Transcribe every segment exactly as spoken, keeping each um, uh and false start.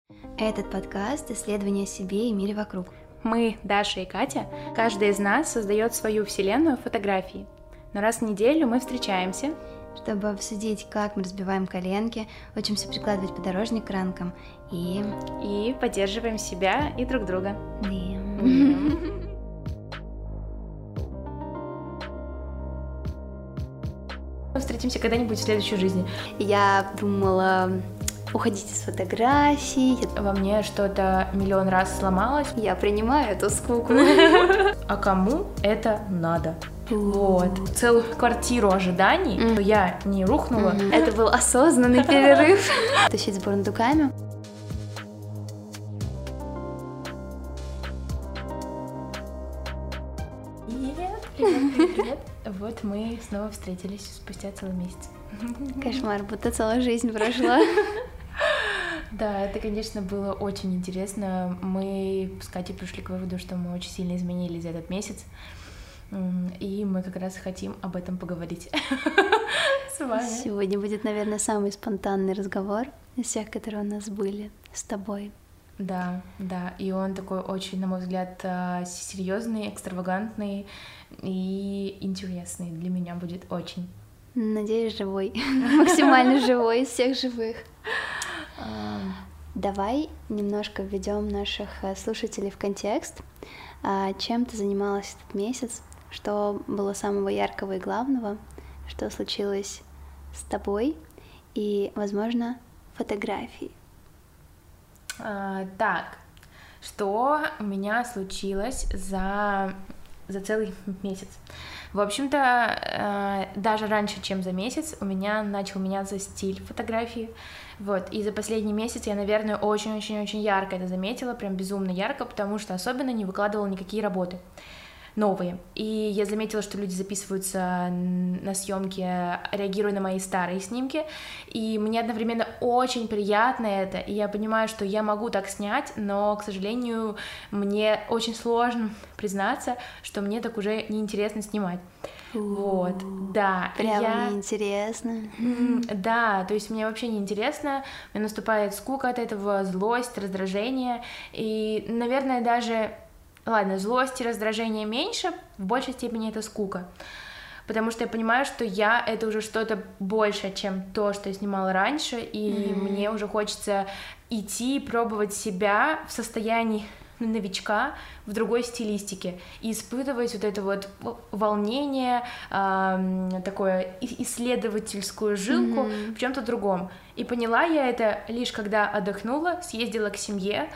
Этот подкаст — исследование о себе и мире вокруг. Мы, Даша и Катя, каждая из нас создает свою вселенную фотографии. Но раз в неделю мы встречаемся, чтобы обсудить, как мы разбиваем коленки, учимся прикладывать подорожник к ранкам и... И поддерживаем себя и друг друга. Встретимся когда-нибудь в следующей жизни. Я думала уходить из фотографий. Во мне что-то миллион раз сломалось. Я принимаю эту скуку. А кому это надо? Вот. Целую квартиру ожиданий, mm. я не рухнула. Mm-hmm. Это был осознанный перерыв. Тащить с бурундуками. Привет, привет, привет. Вот мы снова встретились спустя целый месяц. Кошмар, будто целая жизнь прошла. Да, это, конечно, было очень интересно. Мы с Катей пришли к выводу, что мы очень сильно изменились за этот месяц. И мы как раз хотим об этом поговорить с вами. Сегодня будет, наверное, самый спонтанный разговор из всех, которые у нас были с тобой. Да, да, и он такой очень, на мой взгляд, серьезный, экстравагантный и интересный. Для меня будет очень. Надеюсь, живой. Максимально живой из всех живых. Давай немножко введем наших слушателей в контекст. Чем ты занималась этот месяц? Что было самого яркого и главного? Что случилось с тобой? И, возможно, фотографии. А, так, что у меня случилось за, за целый месяц? В общем-то, даже раньше, чем за месяц, у меня начал меняться стиль фотографии. Вот, и за последний месяц я, наверное, очень-очень-очень ярко это заметила, прям безумно ярко, потому что особенно не выкладывала никакие работы новые. И я заметила, что люди записываются на съемки, реагируя на мои старые снимки, и мне одновременно очень приятно это, и я понимаю, что я могу так снять, но, к сожалению, мне очень сложно признаться, что мне так уже неинтересно снимать. Вот, да. Прям я... неинтересно. Да, то есть мне вообще неинтересно, мне наступает скука от этого, злость, раздражение, и, наверное, даже... Ладно, злость и раздражение меньше, в большей степени это скука, потому что я понимаю, что я — это уже что-то большее, чем то, что я снимала раньше, и mm-hmm. мне уже хочется идти, пробовать себя в состоянии новичка в другой стилистике и испытывать вот это вот волнение, э, такое исследовательскую жилку mm-hmm. в чем-то другом. И поняла я это лишь когда отдохнула, съездила к семье,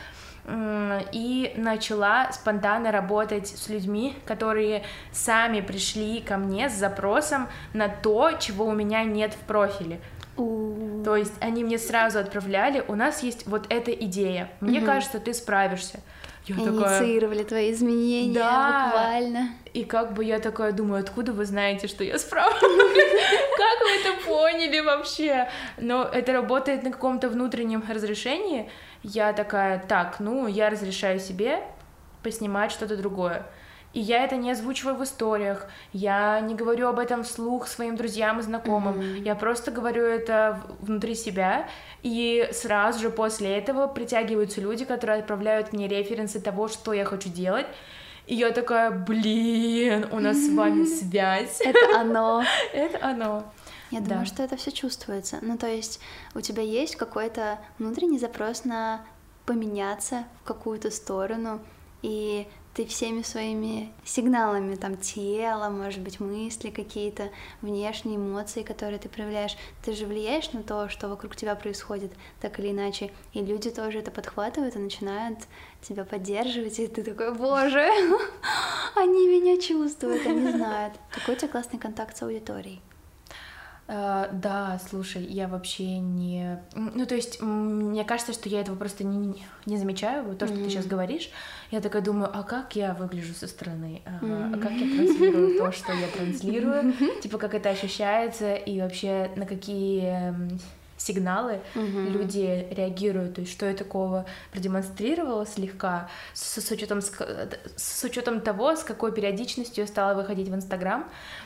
и начала спонтанно работать с людьми, которые сами пришли ко мне с запросом на то, чего у меня нет в профиле. Uh. То есть они мне сразу отправляли: у нас есть вот эта идея, мне uh-huh. кажется, ты справишься. Я инициировали такая... твои изменения, да. буквально. И как бы я такая думаю, откуда вы знаете, что я справлюсь? Как вы это поняли вообще? Но это работает на каком-то внутреннем разрешении. Я такая: так, ну, я разрешаю себе поснимать что-то другое. И я это не озвучиваю в историях, я не говорю об этом вслух своим друзьям и знакомым, mm-hmm. я просто говорю это внутри себя, и сразу же после этого притягиваются люди, которые отправляют мне референсы того, что я хочу делать, и я такая: блин, у нас с вами связь. Это оно. Это оно. Я думаю, да. что это все чувствуется. Ну, то есть у тебя есть какой-то внутренний запрос на поменяться в какую-то сторону, и ты всеми своими сигналами, там, тела, может быть, мысли какие-то, внешние эмоции, которые ты проявляешь, ты же влияешь на то, что вокруг тебя происходит, так или иначе, и люди тоже это подхватывают и начинают тебя поддерживать, и ты такой: боже, они меня чувствуют, они знают. Какой у тебя классный контакт с аудиторией. Uh, да, слушай, я вообще не... Ну, то есть, мне кажется, что я этого просто не, не замечаю, вот то, что mm-hmm. ты сейчас говоришь. Я такая думаю: а как я выгляжу со стороны? Uh, mm-hmm. А как я транслирую то, что я транслирую? Mm-hmm. Типа, как это ощущается, и вообще на какие сигналы mm-hmm. люди реагируют, то есть что я такого продемонстрировала слегка, с, с, учетом, с, с учетом того, с какой периодичностью я стала выходить в Инстаграм.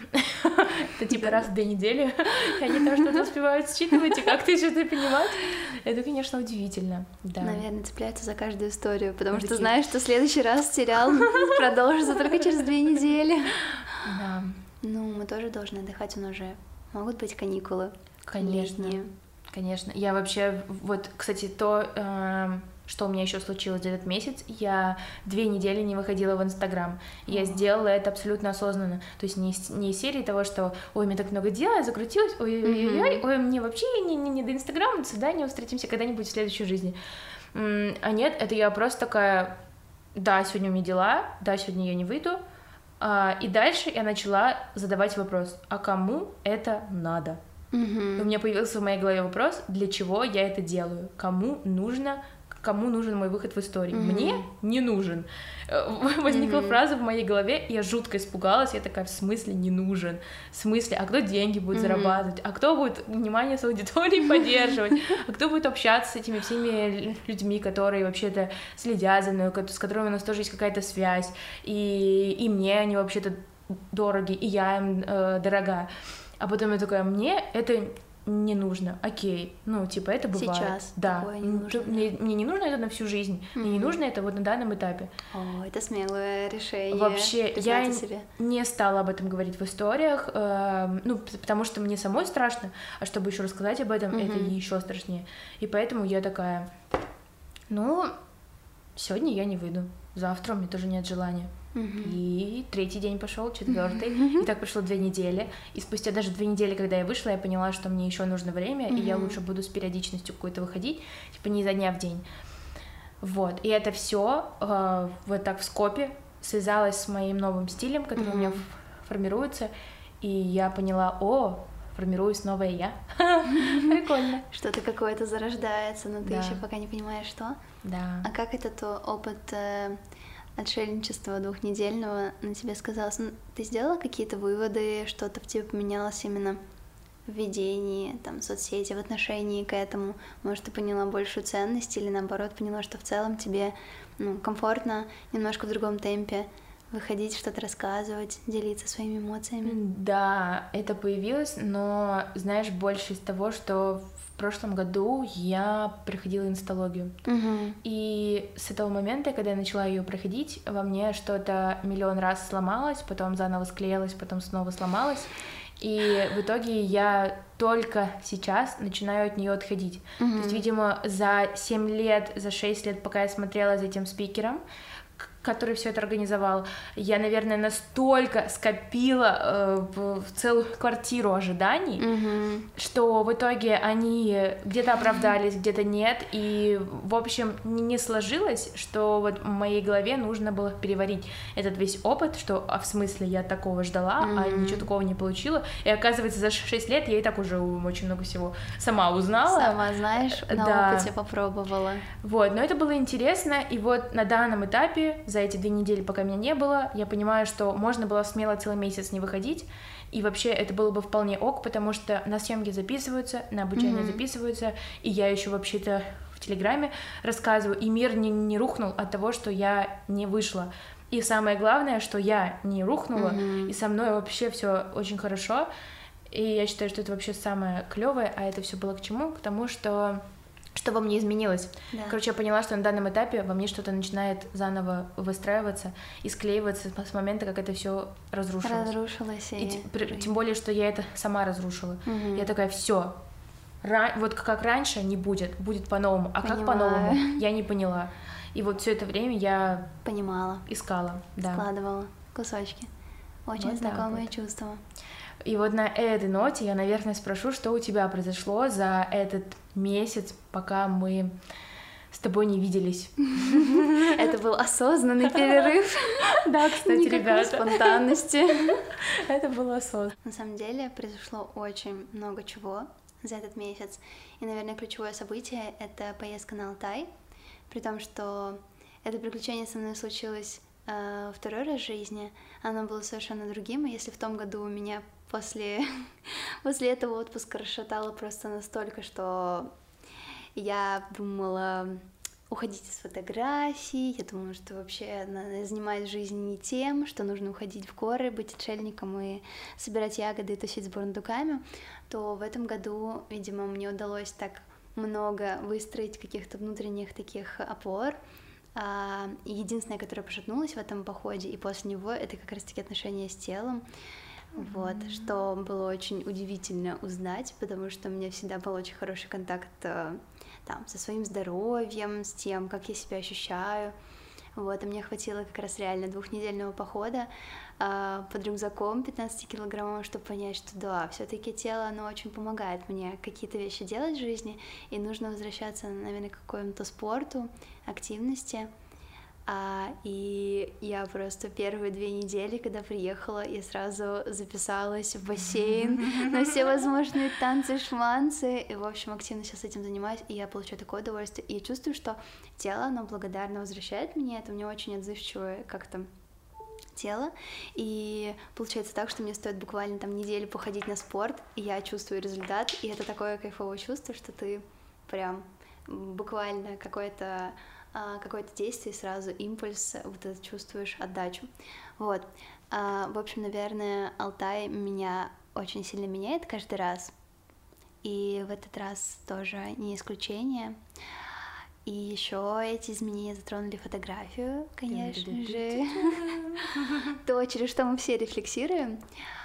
Это типа раз в две недели, и они там что-то успевают считывать и как-то еще это понимать. Это, конечно, удивительно. Наверное, цепляются за каждую историю, потому что знаешь, что в следующий раз сериал продолжится только через две недели. Да. Ну, мы тоже должны отдыхать, у нас же могут быть каникулы. Конечно, летние. Конечно. Я вообще, вот, кстати, то, э, что у меня еще случилось за этот месяц, я две недели не выходила в Инстаграм. Я oh. сделала это абсолютно осознанно. То есть не, не из серии того, что ой, мне так много дела, я закрутилась, ой-ой-ой, ой, мне вообще не, не, не до Инстаграма, до свидания, встретимся когда-нибудь в следующей жизни. А нет, это я просто такая, да, сегодня у меня дела, да, сегодня я не выйду. И дальше я начала задавать вопрос, а кому это надо? Mm-hmm. У меня появился в моей голове вопрос, для чего я это делаю, кому нужно, кому нужен мой выход в историю. Mm-hmm. Мне не нужен. Возникла mm-hmm. фраза в моей голове, и я жутко испугалась, я такая, в смысле не нужен? В смысле, а кто деньги будет mm-hmm. зарабатывать? А кто будет внимание с аудиторией поддерживать? А кто будет общаться с этими всеми людьми, которые вообще-то следят за мной, с которыми у нас тоже есть какая-то связь, и, и мне они вообще-то дороги, и я им э, дорога. А потом я такая, мне это не нужно, окей, ну, типа, это бывает. Сейчас да. такое не нужно. Мне, мне не нужно это на всю жизнь, mm-hmm. мне не нужно это вот на данном этапе. О, это смелое решение. Вообще, я себе. не стала об этом говорить в историях, э, ну, потому что мне самой страшно, а чтобы еще рассказать об этом, mm-hmm. это еще страшнее. И поэтому я такая, ну, сегодня я не выйду, завтра у меня тоже нет желания. Uh-huh. И третий день пошел, четвертый, uh-huh. и так прошло две недели. И спустя даже две недели, когда я вышла, я поняла, что мне еще нужно время, uh-huh. и я лучше буду с периодичностью какой-то выходить, типа не изо дня в день. Вот. И это все э, вот так в скопе связалось с моим новым стилем, который uh-huh. у меня формируется, и я поняла, о, формируюсь новая я. Прикольно. Что-то какое-то зарождается, но ты еще пока не понимаешь, что. Да. А как этот опыт отшельничества двухнедельного на тебе сказалось? Ну, ты сделала какие-то выводы, что-то в тебе поменялось именно в ведении, там, соцсети, в отношении к этому? Может, ты поняла большую ценность или, наоборот, поняла, что в целом тебе ну, комфортно немножко в другом темпе выходить, что-то рассказывать, делиться своими эмоциями? Да, это появилось, но, знаешь, больше из того, что в прошлом году я проходила инстологию. Uh-huh. И с этого момента, когда я начала ее проходить, во мне что-то миллион раз сломалось, потом заново склеилось, потом снова сломалось. И в итоге я только сейчас начинаю от нее отходить. Uh-huh. То есть, видимо, за семь лет, за шесть лет, пока я смотрела за этим спикером, который все это организовал, я, наверное, настолько скопила э, в, в целую квартиру ожиданий, mm-hmm. что в итоге они где-то оправдались, mm-hmm. где-то нет, и, в общем, не, не сложилось, что вот в моей голове нужно было переварить этот весь опыт, что, а в смысле, я такого ждала, mm-hmm. а ничего такого не получила, и, оказывается, за шесть лет я и так уже очень много всего сама узнала. Сама, знаешь, на да. опыте попробовала. Вот, но это было интересно, и вот на данном этапе, за эти две недели, пока меня не было, я понимаю, что можно было смело целый месяц не выходить, и вообще это было бы вполне ок, потому что на съемки записываются, на обучение mm-hmm. записываются, и я еще вообще-то в Телеграме рассказываю, и мир не, не рухнул от того, что я не вышла. И самое главное, что я не рухнула, mm-hmm. и со мной вообще все очень хорошо, и я считаю, что это вообще самое клевое, а это все было к чему? К тому, что что во мне изменилось. Да. Короче, я поняла, что на данном этапе во мне что-то начинает заново выстраиваться и склеиваться с момента, как это все разрушилось. Разрушилось. И, и тем, тем более, что я это сама разрушила. Угу. Я такая, все, ра- вот как раньше не будет, будет по-новому. А Понимаю. Как по-новому, я не поняла. И вот все это время я понимала, искала, да. складывала кусочки. Очень вот знакомое вот. Чувство. И вот на этой ноте я, наверное, спрошу, что у тебя произошло за этот месяц, пока мы с тобой не виделись. Это был осознанный перерыв. Да, кстати, ребята. Спонтанности. Это было осознанно. На самом деле произошло очень много чего за этот месяц. И, наверное, ключевое событие — это поездка на Алтай. При том, что это приключение со мной случилось второй раз в жизни, оно было совершенно другим, и если в том году у меня после, после этого отпуска расшатало просто настолько, что я думала уходить из фотографий, я думала, что вообще занимаюсь жизнью не тем, что нужно уходить в горы, быть отшельником и собирать ягоды и тусить с бурундуками, то в этом году, видимо, мне удалось так много выстроить каких-то внутренних таких опор. Единственное, которое пошатнулось в этом походе, и после него, это как раз-таки отношения с телом. Mm-hmm. Вот, что было очень удивительно узнать, потому что у меня всегда был очень хороший контакт там, со своим здоровьем, с тем, как я себя ощущаю. Вот, и мне хватило как раз реально двухнедельного похода э, под рюкзаком пятнадцать килограммов, чтобы понять, что да, все-таки тело, оно очень помогает мне какие-то вещи делать в жизни, и нужно возвращаться, наверное, к какому-то спорту, активности. А, и я просто первые две недели, когда приехала, я сразу записалась в бассейн на все возможные танцы, шманцы, и, в общем, активно сейчас этим занимаюсь, и я получаю такое удовольствие, и я чувствую, что тело, оно благодарно возвращает мне, это у меня очень отзывчивое как-то тело, и получается так, что мне стоит буквально там неделю походить на спорт, и я чувствую результат, и это такое кайфовое чувство, что ты прям буквально какое-то какое-то действие, сразу импульс, вот это чувствуешь отдачу. Вот. В общем, наверное, Алтай меня очень сильно меняет каждый раз, и в этот раз тоже не исключение. И еще эти изменения затронули фотографию, конечно же. То, через что мы все рефлексируем.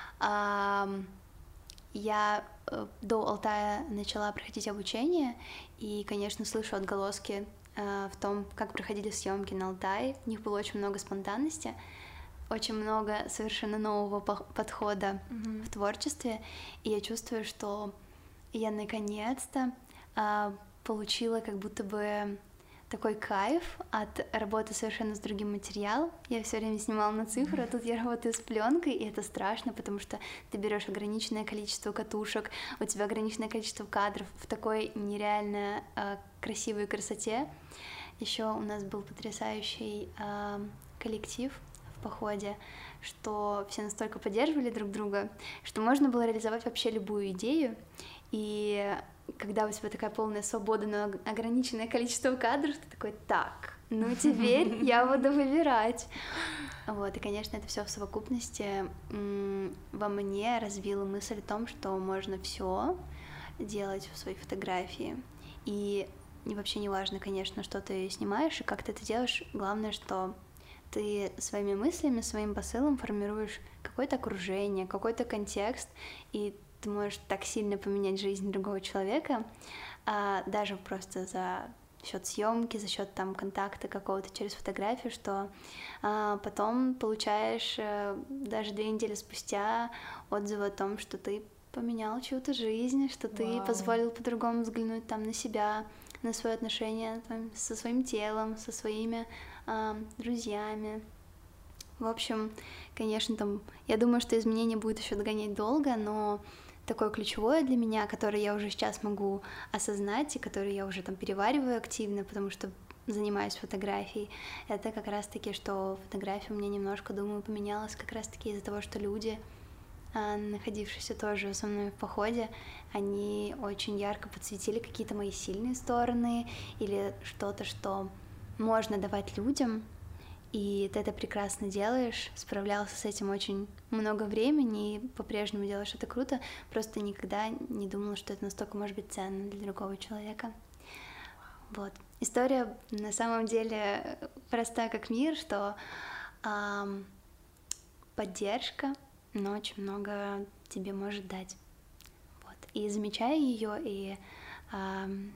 Я до Алтая начала проходить обучение, и, конечно, слышу отголоски в том, как проходили съемки на Алтае. В них было очень много спонтанности, очень много совершенно нового подхода mm-hmm. в творчестве, и я чувствую, что я наконец-то а, получила как будто бы такой кайф от работы совершенно с другим материалом. Я все время снимала на цифру, а тут я работаю с пленкой, и это страшно, потому что ты берешь ограниченное количество катушек, у тебя ограниченное количество кадров в такой нереально э, красивой красоте. Еще у нас был потрясающий э, коллектив в походе, что все настолько поддерживали друг друга, что можно было реализовать вообще любую идею, и когда у тебя такая полная свобода, но ограниченное количество кадров, ты такой, так, ну теперь я буду выбирать. Вот, и, конечно, это все в совокупности во мне развило мысль о том, что можно все делать в своей фотографии. И вообще не важно, конечно, что ты снимаешь и как ты это делаешь. Главное, что ты своими мыслями, своим посылом формируешь какое-то окружение, какой-то контекст, и ты можешь так сильно поменять жизнь другого человека, а, даже просто за счет съемки, за счет там контакта какого-то через фотографию, что а, потом получаешь а, даже две недели спустя отзывы о том, что ты поменял чью-то жизнь, что ты Вау. Позволил по-другому взглянуть там на себя, на свои отношения там, со своим телом, со своими а, друзьями. В общем, конечно, там, я думаю, что изменения будет еще догонять долго, но такое ключевое для меня, которое я уже сейчас могу осознать и которое я уже там перевариваю активно, потому что занимаюсь фотографией, это как раз-таки, что фотография у меня немножко, думаю, поменялась как раз-таки из-за того, что люди, находившиеся тоже со мной в походе, они очень ярко подсветили какие-то мои сильные стороны или что-то, что можно давать людям, и ты это прекрасно делаешь, справлялся с этим очень много времени, и по-прежнему делаешь это круто, просто никогда не думала, что это настолько может быть ценно для другого человека. Вот. История на самом деле простая как мир, что эм, поддержка, но очень много тебе может дать. Вот. И замечая ее, и эм,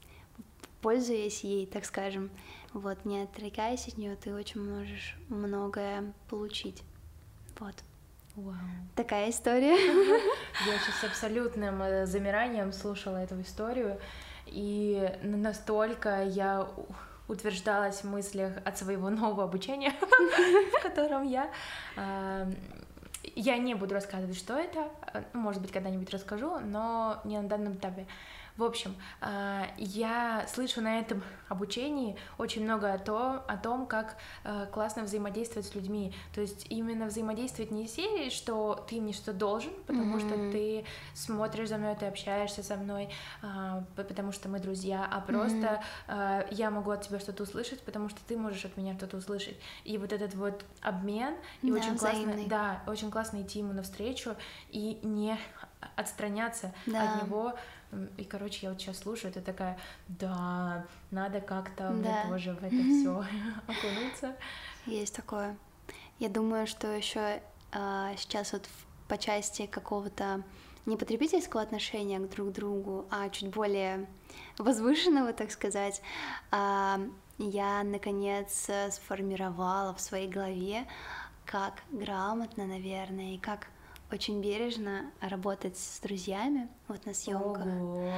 пользуясь ей, так скажем, вот, не отрекаясь от нее, ты очень можешь многое получить. Вот. Вау. Такая история. Я сейчас с абсолютным замиранием слушала эту историю, и настолько я утверждалась в мыслях от своего нового обучения, в котором я... Я не буду рассказывать, что это, может быть, когда-нибудь расскажу, но не на данном этапе. В общем, э, я слышу на этом обучении очень много о, то, о том, как э, классно взаимодействовать с людьми. То есть именно взаимодействовать не из серии, что ты мне что-то должен, потому mm-hmm. что ты смотришь за мной, ты общаешься со мной, э, потому что мы друзья, а просто mm-hmm. э, я могу от тебя что-то услышать, потому что ты можешь от меня что-то услышать. И вот этот вот обмен, и да, очень взаимный. классно, да, очень классно идти ему навстречу и не отстраняться да. от него. И, короче, я вот сейчас слушаю, ты такая, да, надо как-то да. мне тоже в это все окунуться. Есть такое. Я думаю, что еще а, сейчас вот в, по части какого-то не потребительского отношения к друг другу, а чуть более возвышенного, так сказать, а, я, наконец, сформировала в своей голове, как грамотно, наверное, и как очень бережно работать с друзьями вот на съемках. Ого.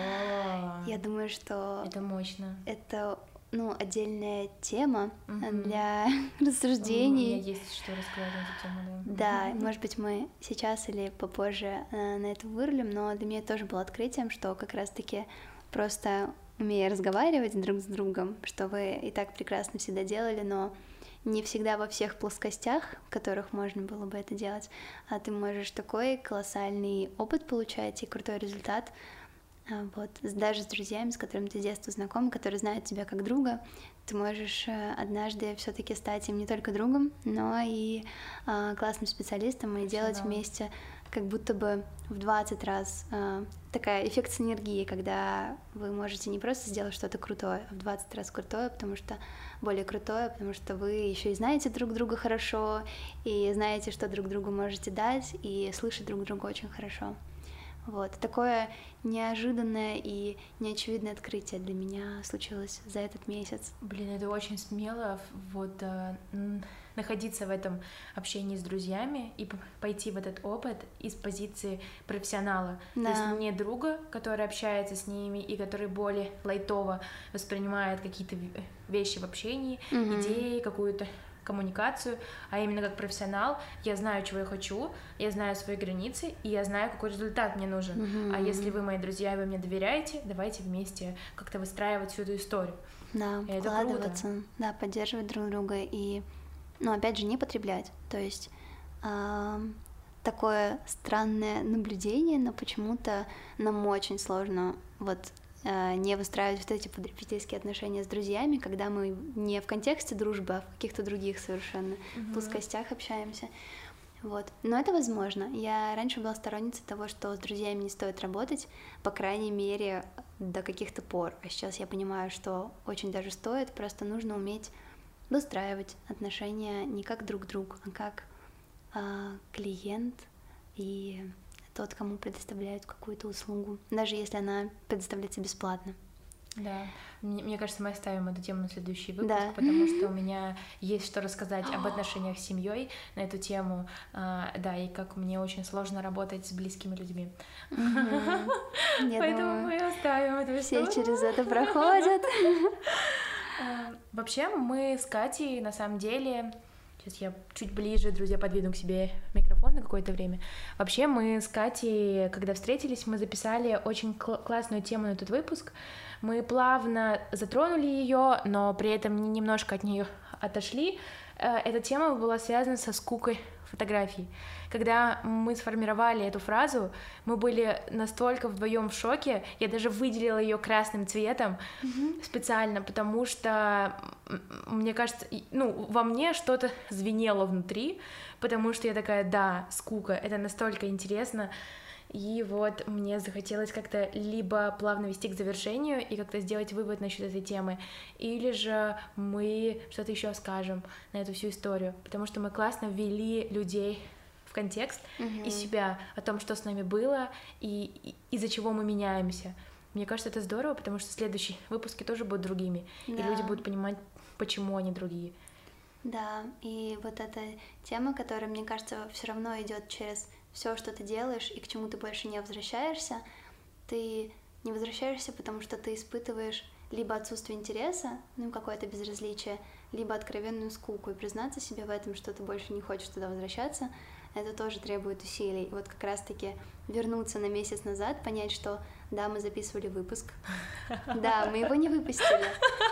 Я думаю, что это мощно. Это, ну, отдельная тема угу. для рассуждений. У меня есть что рассказать на эту тему, да. Да, может быть, мы сейчас или попозже на это вырулим, но для меня тоже было открытием, что как раз-таки просто умея разговаривать друг с другом, что вы и так прекрасно всегда делали, но не всегда во всех плоскостях, в которых можно было бы это делать, а ты можешь такой колоссальный опыт получать и крутой результат, вот, даже с друзьями, с которыми ты с детства знаком, которые знают тебя как друга, ты можешь однажды все-таки стать им не только другом, но и а, классным специалистом и делать да. вместе как будто бы в двадцать раз а, такая эффект синергии, когда вы можете не просто сделать что-то крутое, а в двадцать раз крутое, потому что более крутое, потому что вы еще и знаете друг друга хорошо, и знаете, что друг другу можете дать, и слышать друг друга очень хорошо. Вот. Такое неожиданное и неочевидное открытие для меня случилось за этот месяц. Блин, это очень смело вот э, находиться в этом общении с друзьями и пойти в этот опыт из позиции профессионала. Да. То есть не друга, который общается с ними и который более лайтово воспринимает какие-то вещи в общении, угу. идеи, какую-то коммуникацию, а именно как профессионал я знаю, чего я хочу, я знаю свои границы, и я знаю, какой результат мне нужен. Mm-hmm. А если вы мои друзья, и вы мне доверяете, давайте вместе как-то выстраивать всю эту историю. Да, и вкладываться, это да, поддерживать друг друга и, ну, опять же, не потреблять. То есть э, такое странное наблюдение, но почему-то нам очень сложно вот не выстраивать вот эти потребительские отношения с друзьями, когда мы не в контексте дружбы, а в каких-то других совершенно mm-hmm. плоскостях общаемся. Вот. Но это возможно. Я раньше была сторонницей того, что с друзьями не стоит работать, по крайней мере, до каких-то пор. А сейчас я понимаю, что очень даже стоит, просто нужно уметь выстраивать отношения не как друг-друг, а как а, клиент и тот, кому предоставляют какую-то услугу, даже если она предоставляется бесплатно. Да, мне, мне кажется, мы оставим эту тему на следующий выпуск, да. потому что у меня есть что рассказать об отношениях с семьей на эту тему, а, да, и как мне очень сложно работать с близкими людьми. Поэтому мы оставим это. Все через это проходят. Вообще, мы с Катей, на самом деле... Сейчас я чуть ближе, друзья, подведу к себе микрофон на какое-то время. Вообще мы с Катей, когда встретились, мы записали очень кл- классную тему на этот выпуск. Мы плавно затронули ее, но при этом немножко от нее отошли. Эта тема была связана со скукой фотографий. Когда мы сформировали эту фразу, мы были настолько вдвоем в шоке, я даже выделила ее красным цветом mm-hmm. специально, потому что, мне кажется, ну, во мне что-то звенело внутри, потому что я такая, да, скука, это настолько интересно. И вот мне захотелось как-то либо плавно вести к завершению и как-то сделать вывод насчет этой темы, или же мы что-то еще скажем на эту всю историю, потому что мы классно ввели людей в контекст mm-hmm. и себя, о том, что с нами было и, и из-за чего мы меняемся. Мне кажется, это здорово, потому что следующие выпуски тоже будут другими, да. и люди будут понимать, почему они другие. Да, и вот эта тема, которая, мне кажется, все равно идет через все, что ты делаешь, и к чему ты больше не возвращаешься, ты не возвращаешься, потому что ты испытываешь либо отсутствие интереса, ну, какое-то безразличие, либо откровенную скуку, и признаться себе в этом, что ты больше не хочешь туда возвращаться, это тоже требует усилий. И вот как раз-таки вернуться на месяц назад, понять, что Да, мы записывали выпуск. Да, мы его не выпустили.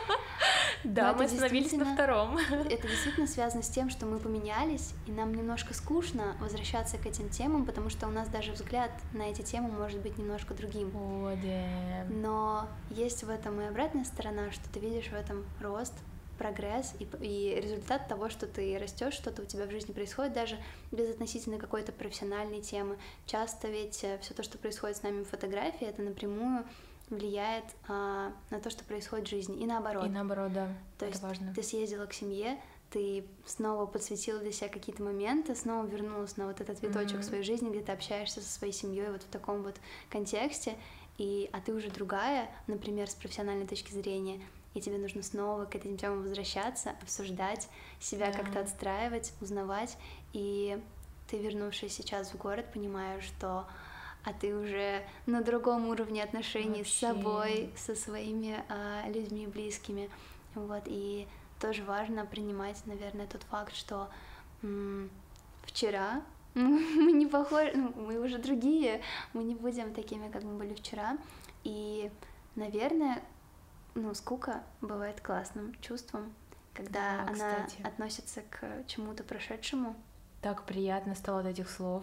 Да, мы остановились на втором. Это действительно связано с тем, что мы поменялись, и нам немножко скучно возвращаться к этим темам, потому что у нас даже взгляд на эти темы может быть немножко другим. О, да. Но есть в этом и обратная сторона, что ты видишь в этом рост, прогресс и, и результат того, что ты растешь, что-то у тебя в жизни происходит, даже без относительно какой-то профессиональной темы. Часто ведь все то, что происходит с нами в фотографии, это напрямую влияет а, на то, что происходит в жизни, и наоборот. И наоборот, да. То это есть важно. Ты съездила к семье, ты снова подсветила для себя какие-то моменты, снова вернулась на вот этот виточек mm-hmm. своей жизни, где ты общаешься со своей семьей вот в таком вот контексте, и, а ты уже другая, например, с профессиональной точки зрения, и тебе нужно снова к этим темам возвращаться, обсуждать, себя yeah. как-то отстраивать, узнавать, и ты, вернувшись сейчас в город, понимаешь, что а ты уже на другом уровне отношений Вообще. С собой, со своими а, людьми близкими, вот, и тоже важно принимать, наверное, тот факт, что м- вчера мы не похожи, ну, мы уже другие, мы не будем такими, как мы были вчера, и, наверное, ну, скука бывает классным чувством, когда да, она кстати. Относится к чему-то прошедшему. Так приятно стало от этих слов,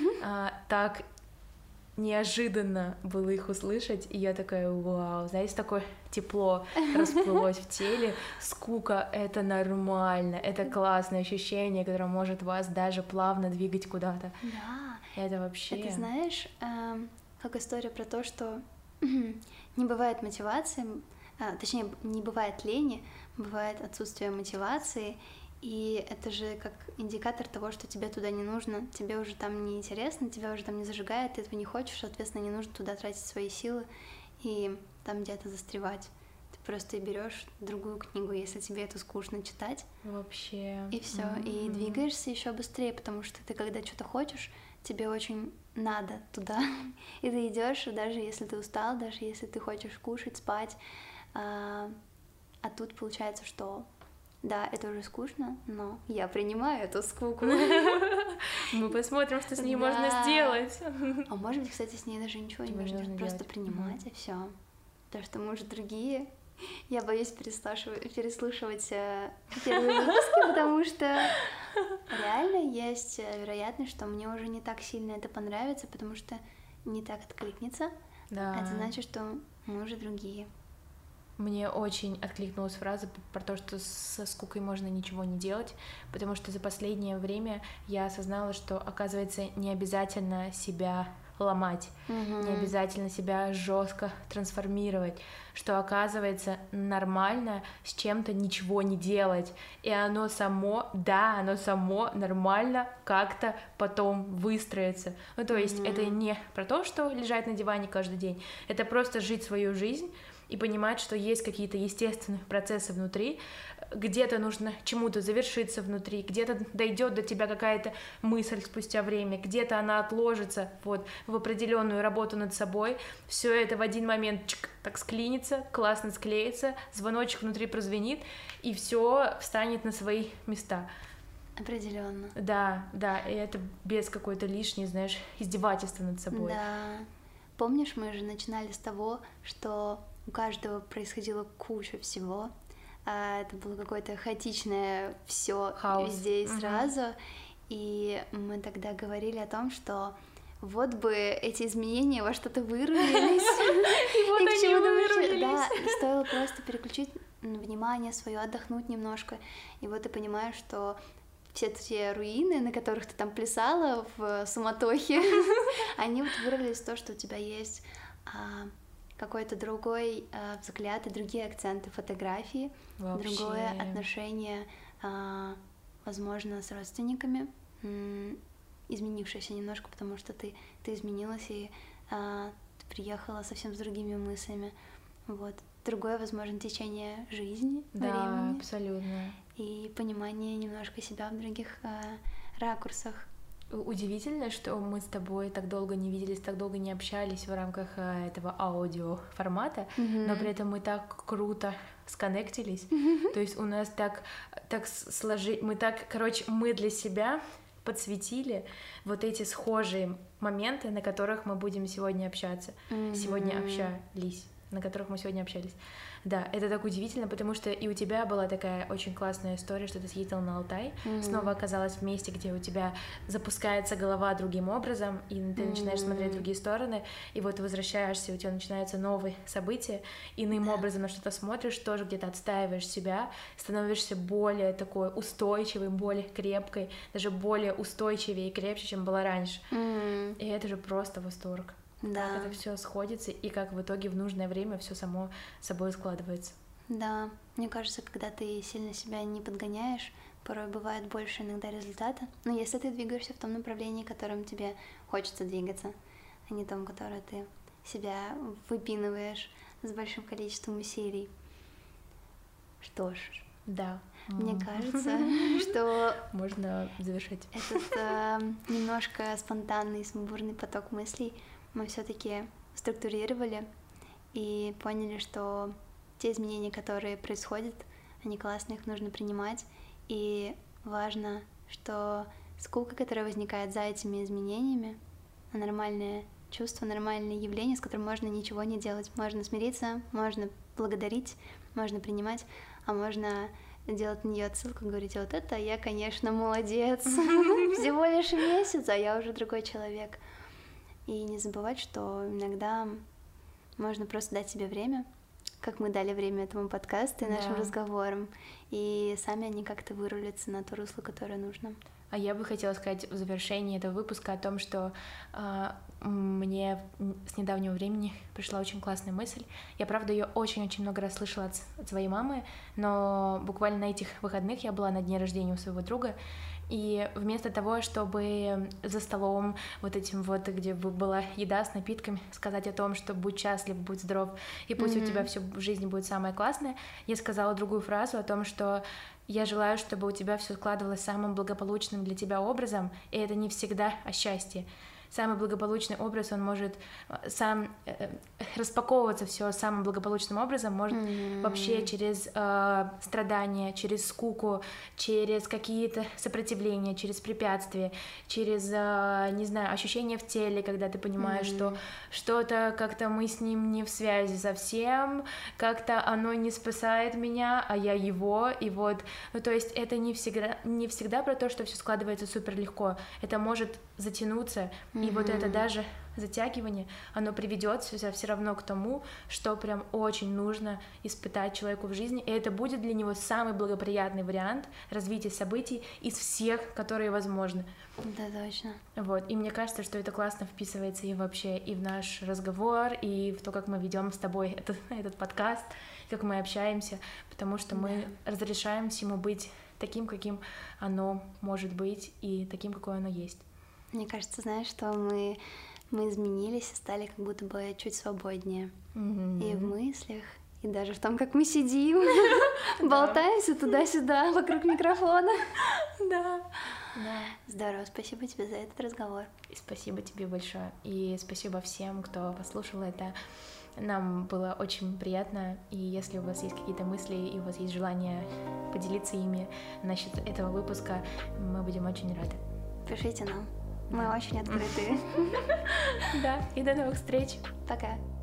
так неожиданно было их услышать, и я такая, вау, знаете, такое тепло расплылось в теле, скука — это нормально, это классное ощущение, которое может вас даже плавно двигать куда-то. Да. Это вообще... Это знаешь, э, как история про то, что не бывает мотивации, а, точнее, не бывает лени, бывает отсутствие мотивации, и это же как индикатор того, что тебе туда не нужно, тебе уже там не интересно, тебя уже там не зажигает, ты этого не хочешь, соответственно, не нужно туда тратить свои силы и там где-то застревать. Ты просто берешь другую книгу, если тебе это скучно читать. Вообще. И все, mm-hmm. и двигаешься еще быстрее, потому что ты, когда что-то хочешь, тебе очень надо туда, и ты идешь, даже если ты устал, даже если ты хочешь кушать, спать, а, а тут получается, что да, это уже скучно, но я принимаю эту скуку. Мы посмотрим, что с ней можно сделать. А может быть, кстати, с ней даже ничего не нужно, просто принимать, и все. Потому что мы уже другие. Я боюсь переслушивать первые выпуски, потому что реально есть вероятность, что мне уже не так сильно это понравится, потому что не так откликнется. Это значит, что мы уже другие. Мне очень откликнулась фраза про то, что со скукой можно ничего не делать, потому что за последнее время я осознала, что, оказывается, не обязательно себя ломать, mm-hmm. не обязательно себя жестко трансформировать, что, оказывается, нормально с чем-то ничего не делать, и оно само, да, оно само нормально как-то потом выстроится. Ну, то есть mm-hmm. это не про то, что лежать на диване каждый день, это просто жить свою жизнь, и понимать, что есть какие-то естественные процессы внутри, где-то нужно чему-то завершиться внутри, где-то дойдет до тебя какая-то мысль спустя время, где-то она отложится вот в определенную работу над собой, все это в один момент чик, так склинится, классно склеится, звоночек внутри прозвенит, и все встанет на свои места. Определенно. Да, да, и это без какой-то лишней, знаешь, издевательства над собой. Да. Помнишь, мы же начинали с того, что у каждого происходило куча всего. Это было какое-то хаотичное все везде и сразу. Угу. И мы тогда говорили о том, что вот бы эти изменения во что-то вырулились. И вот они вырулились. Да, стоило просто переключить внимание свое, отдохнуть немножко. И вот ты понимаешь, что все те руины, на которых ты там плясала в суматохе, они вот вырвались в то, что у тебя есть какой-то другой э, взгляд и другие акценты фотографии, Вообще. Другое отношение, э, возможно, с родственниками, м- изменившееся немножко, потому что ты, ты изменилась и э, ты приехала совсем с другими мыслями. Вот. Другое, возможно, течение жизни, да, времени. Абсолютно. И понимание немножко себя в других э, ракурсах. Удивительно, что мы с тобой так долго не виделись, так долго не общались в рамках этого аудиоформата, mm-hmm. но при этом мы так круто сконнектились, mm-hmm. то есть у нас так, так сложи... мы так, короче, мы для себя подсветили вот эти схожие моменты, на которых мы будем сегодня общаться, mm-hmm. сегодня общались, на которых мы сегодня общались. Да, это так удивительно, потому что и у тебя была такая очень классная история, что ты съездила на Алтай, mm-hmm. снова оказалась в месте, где у тебя запускается голова другим образом, и ты mm-hmm. начинаешь смотреть в другие стороны, и вот ты возвращаешься, у тебя начинаются новые события, иным yeah. образом на что-то смотришь, тоже где-то отстаиваешь себя, становишься более такой устойчивой, более крепкой, даже более устойчивее и крепче, чем была раньше. Mm-hmm. И это же просто восторг. Да. Как это все сходится, и как в итоге в нужное время все само собой складывается. Да, мне кажется, когда ты сильно себя не подгоняешь, порой бывает больше иногда результата. Но если ты двигаешься в том направлении, которым тебе хочется двигаться, а не том, которое ты себя выпинываешь с большим количеством усилий. Что ж. Да. Мне кажется, что можно завершить этот э, немножко спонтанный, сумбурный поток мыслей мы все-таки структурировали и поняли, что те изменения, которые происходят, они классные, их нужно принимать. И важно, что скука, которая возникает за этими изменениями, нормальное чувство, нормальное явление, с которым можно ничего не делать. Можно смириться, можно благодарить, можно принимать, а можно делать на нее отсылку, говорить: вот это я, конечно, молодец, всего лишь месяц, а я уже другой человек. И не забывать, что иногда можно просто дать себе время, как мы дали время этому подкасту и нашим да. разговорам, и сами они как-то вырулятся на то русло, которое нужно. А я бы хотела сказать в завершении этого выпуска о том, что э, мне с недавнего времени пришла очень классная мысль. Я, правда, ее очень-очень много раз слышала от, от своей мамы, но буквально на этих выходных я была на дне рождения у своего друга, и вместо того, чтобы за столом вот этим вот, где была еда с напитками, сказать о том, что будь счастлив, будь здоров, и пусть mm-hmm. у тебя все в жизни будет самое классное, я сказала другую фразу о том, что я желаю, чтобы у тебя все складывалось самым благополучным для тебя образом, и это не всегда о счастье. Самый благополучный образ, он может сам э, распаковываться все самым благополучным образом, может mm-hmm. вообще через э, страдания, через скуку, через какие-то сопротивления, через препятствия, через, э, не знаю, ощущения в теле, когда ты понимаешь, mm-hmm. что что-то как-то мы с ним не в связи совсем, как-то оно не спасает меня, а я его, и вот, ну то есть это не всегда, не всегда про то, что все складывается супер легко, это может затянуться. И mm-hmm. вот это даже затягивание, оно приведет все равно к тому, что прям очень нужно испытать человеку в жизни, и это будет для него самый благоприятный вариант развития событий из всех, которые возможны. Да, точно. Вот, и мне кажется, что это классно вписывается и вообще и в наш разговор, и в то, как мы ведем с тобой этот, этот подкаст, как мы общаемся, потому что мы да. разрешаем всему быть таким, каким оно может быть, и таким, какое оно есть. Мне кажется, знаешь, что мы, мы изменились и стали как будто бы чуть свободнее. Mm-hmm. И в мыслях, и даже в том, как мы сидим, болтаемся туда-сюда вокруг микрофона. Да. Здорово, спасибо тебе за этот разговор. И спасибо тебе большое. И спасибо всем, кто послушал это. Нам было очень приятно, и если у вас есть какие-то мысли, и у вас есть желание поделиться ими насчет этого выпуска, мы будем очень рады. Пишите нам. Мы очень открыты. Да, и до новых встреч. Пока.